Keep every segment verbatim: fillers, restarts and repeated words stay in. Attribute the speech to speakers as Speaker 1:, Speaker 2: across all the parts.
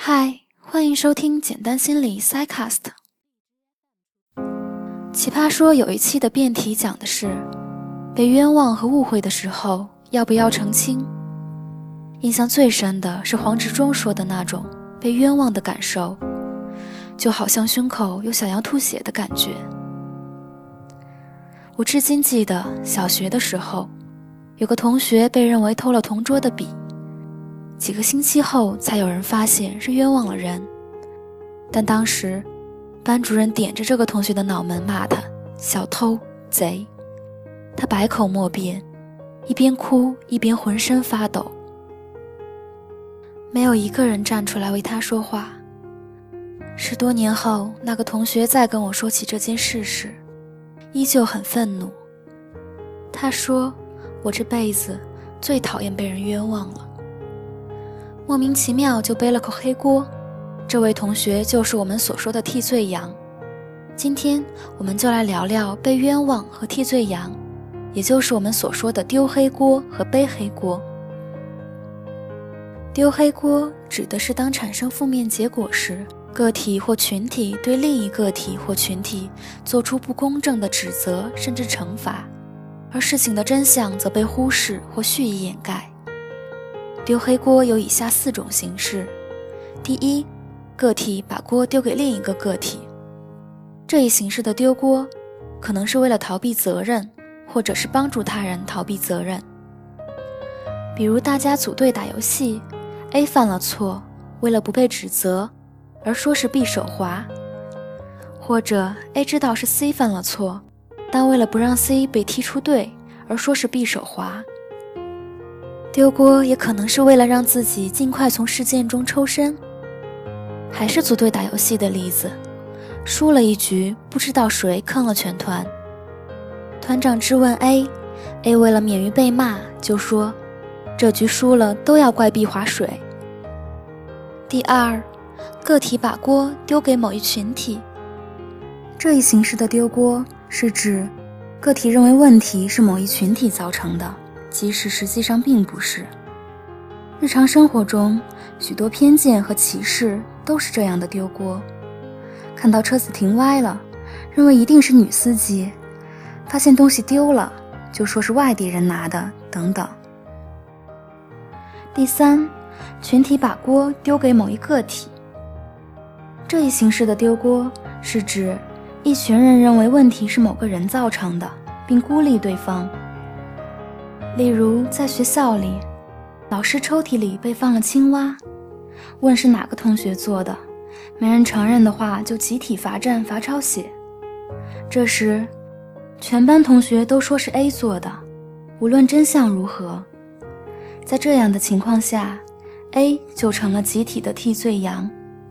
Speaker 1: 嗨，欢迎收听简单心理 Psycast。 奇葩说有一期的辩题讲的是被冤枉和误会的时候要不要澄清。印象最深的是黄执中说的那种被冤枉的感受，就好像胸口有小羊吐血的感觉。我至今记得小学的时候，有个同学被认为偷了同桌的笔，几个星期后才有人发现是冤枉了人，但当时班主任点着这个同学的脑门骂他小偷贼，他百口莫辩，一边哭一边浑身发抖，没有一个人站出来为他说话。十多年后，那个同学再跟我说起这件事时，依旧很愤怒。他说，我这辈子最讨厌被人冤枉了，莫名其妙就背了口黑锅。这位同学就是我们所说的替罪羊。今天我们就来聊聊被冤枉和替罪羊，也就是我们所说的丢黑锅和背黑锅。丢黑锅指的是当产生负面结果时，个体或群体对另一个体或群体做出不公正的指责甚至惩罚，而事情的真相则被忽视或蓄意掩盖。丢黑锅有以下四种形式。第一，个体把锅丢给另一个个体。这一形式的丢锅可能是为了逃避责任，或者是帮助他人逃避责任。比如大家组队打游戏， A 犯了错，为了不被指责而说是 B 手滑，或者 A 知道是 C 犯了错，但为了不让 C 被踢出队而说是 B 手滑。丢锅也可能是为了让自己尽快从事件中抽身。还是组队打游戏的例子，输了一局，不知道谁坑了全团，团长质问 A， A 为了免于被骂就说这局输了都要怪 B 划水。第二，个体把锅丢给某一群体。这一形式的丢锅是指个体认为问题是某一群体造成的，即使实际上并不是。日常生活中，许多偏见和歧视都是这样的丢锅。看到车子停歪了，认为一定是女司机，发现东西丢了，就说是外地人拿的，等等。第三，群体把锅丢给某一个体。这一形式的丢锅是指一群人认为问题是某个人造成的，并孤立对方。例如在学校里，老师抽屉里被放了青蛙，问是哪个同学做的，没人承认的话就集体罚站罚抄写。这时全班同学都说是 A 做的，无论真相如何。在这样的情况下， A 就成了集体的替罪羊。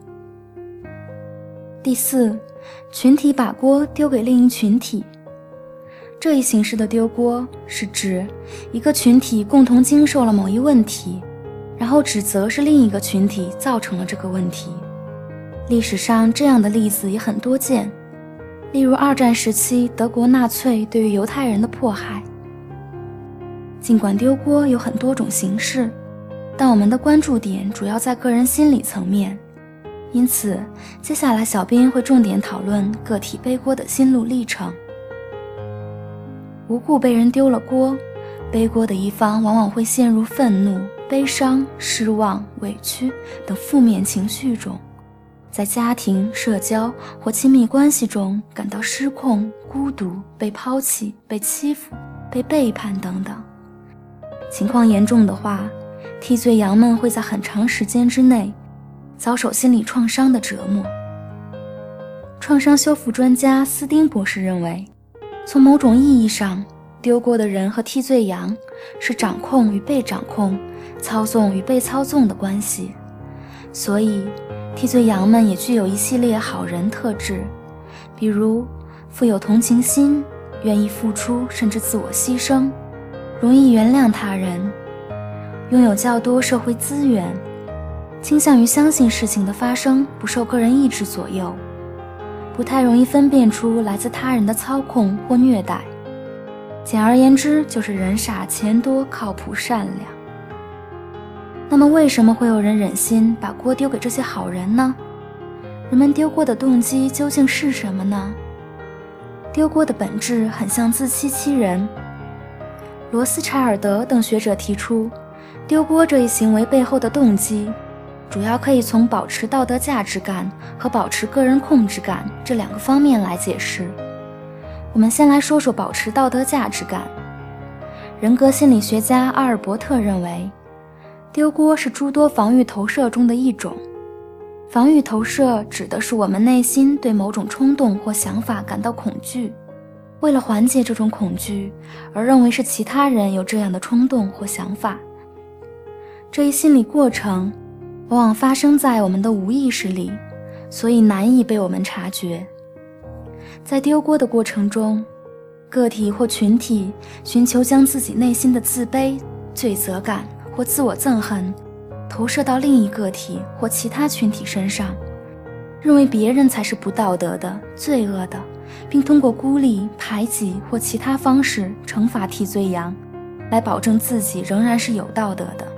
Speaker 1: 第四，群体把锅丢给另一群体。这一形式的丢锅是指一个群体共同经受了某一问题，然后指责是另一个群体造成了这个问题。历史上这样的例子也很多见，例如二战时期德国纳粹对于犹太人的迫害。尽管丢锅有很多种形式，但我们的关注点主要在个人心理层面，因此接下来小编会重点讨论个体背锅的心路历程。无故被人丢了锅，背锅的一方往往会陷入愤怒、悲伤、失望、委屈等负面情绪中，在家庭、社交或亲密关系中感到失控、孤独、被抛弃、被欺负、被背叛等等。情况严重的话，替罪羊们会在很长时间之内遭受心理创伤的折磨。创伤修复专家斯丁博士认为，从某种意义上，丢锅的人和替罪羊是掌控与被掌控、操纵与被操纵的关系。所以替罪羊们也具有一系列好人特质，比如富有同情心，愿意付出甚至自我牺牲，容易原谅他人，拥有较多社会资源，倾向于相信事情的发生不受个人意志左右，不太容易分辨出来自他人的操控或虐待。简而言之，就是人傻钱多靠谱善良。 那么为什么会有人忍心把锅丢给这些好人呢？人们丢锅的动机究竟是什么呢？丢锅的本质很像自欺欺人。罗斯柴尔德等学者提出，丢锅这一行为背后的动机，主要可以从保持道德价值感和保持个人控制感这两个方面来解释。我们先来说说保持道德价值感。人格心理学家阿尔伯特认为，丢锅是诸多防御投射中的一种。防御投射指的是我们内心对某种冲动或想法感到恐惧，为了缓解这种恐惧，而认为是其他人有这样的冲动或想法。这一心理过程往往发生在我们的无意识里，所以难以被我们察觉。在丢锅的过程中，个体或群体寻求将自己内心的自卑、罪责感或自我憎恨投射到另一个体或其他群体身上，认为别人才是不道德的、罪恶的，并通过孤立、排挤或其他方式惩罚替罪羊，来保证自己仍然是有道德的。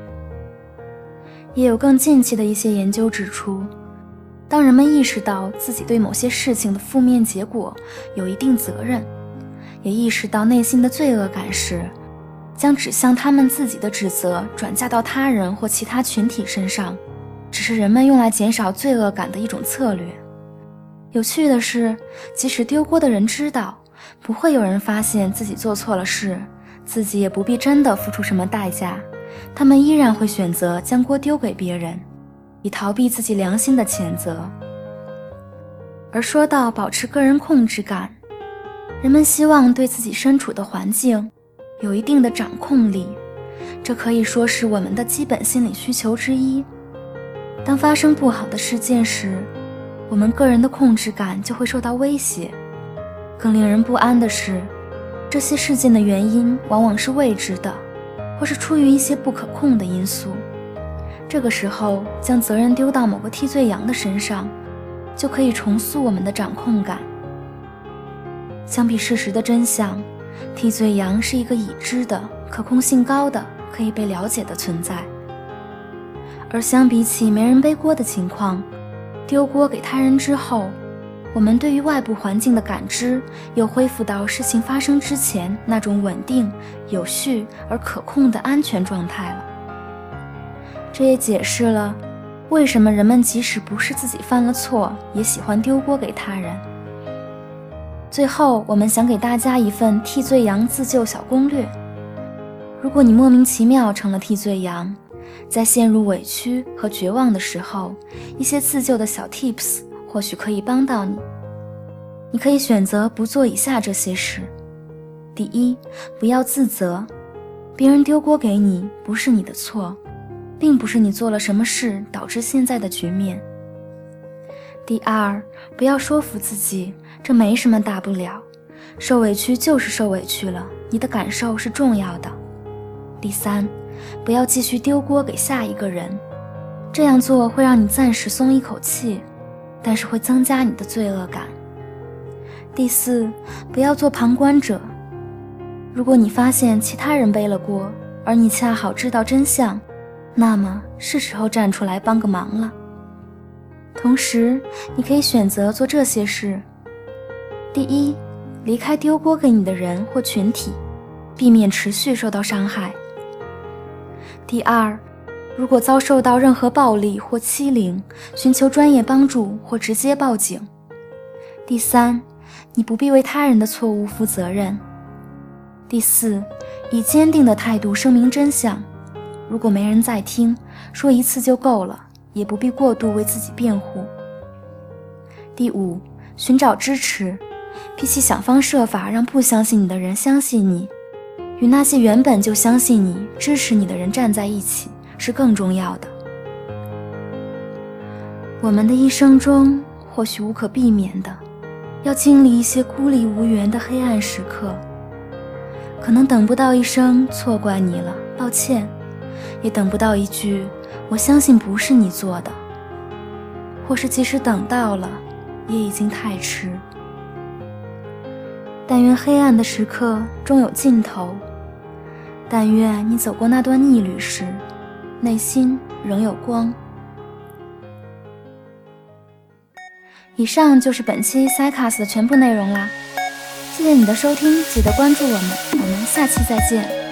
Speaker 1: 也有更近期的一些研究指出，当人们意识到自己对某些事情的负面结果有一定责任，也意识到内心的罪恶感时，将指向他们自己的指责转嫁到他人或其他群体身上，只是人们用来减少罪恶感的一种策略。有趣的是，即使丢锅的人知道不会有人发现自己做错了事，自己也不必真的付出什么代价，他们依然会选择将锅丢给别人，以逃避自己良心的谴责。而说到保持个人控制感，人们希望对自己身处的环境有一定的掌控力，这可以说是我们的基本心理需求之一。当发生不好的事件时，我们个人的控制感就会受到威胁。更令人不安的是，这些事件的原因往往是未知的，或是出于一些不可控的因素。这个时候，将责任丢到某个替罪羊的身上，就可以重塑我们的掌控感。相比事实的真相，替罪羊是一个已知的、可控性高的、可以被了解的存在。而相比起没人背锅的情况，丢锅给他人之后，我们对于外部环境的感知又恢复到事情发生之前那种稳定、有序而可控的安全状态了。这也解释了为什么人们即使不是自己犯了错，也喜欢丢锅给他人。最后，我们想给大家一份替罪羊自救小攻略。如果你莫名其妙成了替罪羊，在陷入委屈和绝望的时候，一些自救的小 tips 或许可以帮到你。你可以选择不做以下这些事。第一，不要自责，别人丢锅给你不是你的错，并不是你做了什么事导致现在的局面。第二，不要说服自己这没什么大不了，受委屈就是受委屈了，你的感受是重要的。第三，不要继续丢锅给下一个人，这样做会让你暂时松一口气，但是会增加你的罪恶感。第四，不要做旁观者，如果你发现其他人背了锅，而你恰好知道真相，那么是时候站出来帮个忙了。同时，你可以选择做这些事。第一，离开丢锅给你的人或群体，避免持续受到伤害。第二，如果遭受到任何暴力或欺凌，寻求专业帮助或直接报警。第三，你不必为他人的错误负责任。第四，以坚定的态度声明真相，如果没人在听，说一次就够了，也不必过度为自己辩护。第五，寻找支持，比起想方设法让不相信你的人相信你，与那些原本就相信你、支持你的人站在一起是更重要的。我们的一生中，或许无可避免的要经历一些孤立无援的黑暗时刻，可能等不到一声错怪你了，抱歉，也等不到一句我相信不是你做的，或是即使等到了，也已经太迟。但愿黑暗的时刻终有尽头，但愿你走过那段逆旅时， 内心仍有光。以上就是本期 Psycast 的全部内容啦，谢谢你的收听，记得关注我们，我们下期再见。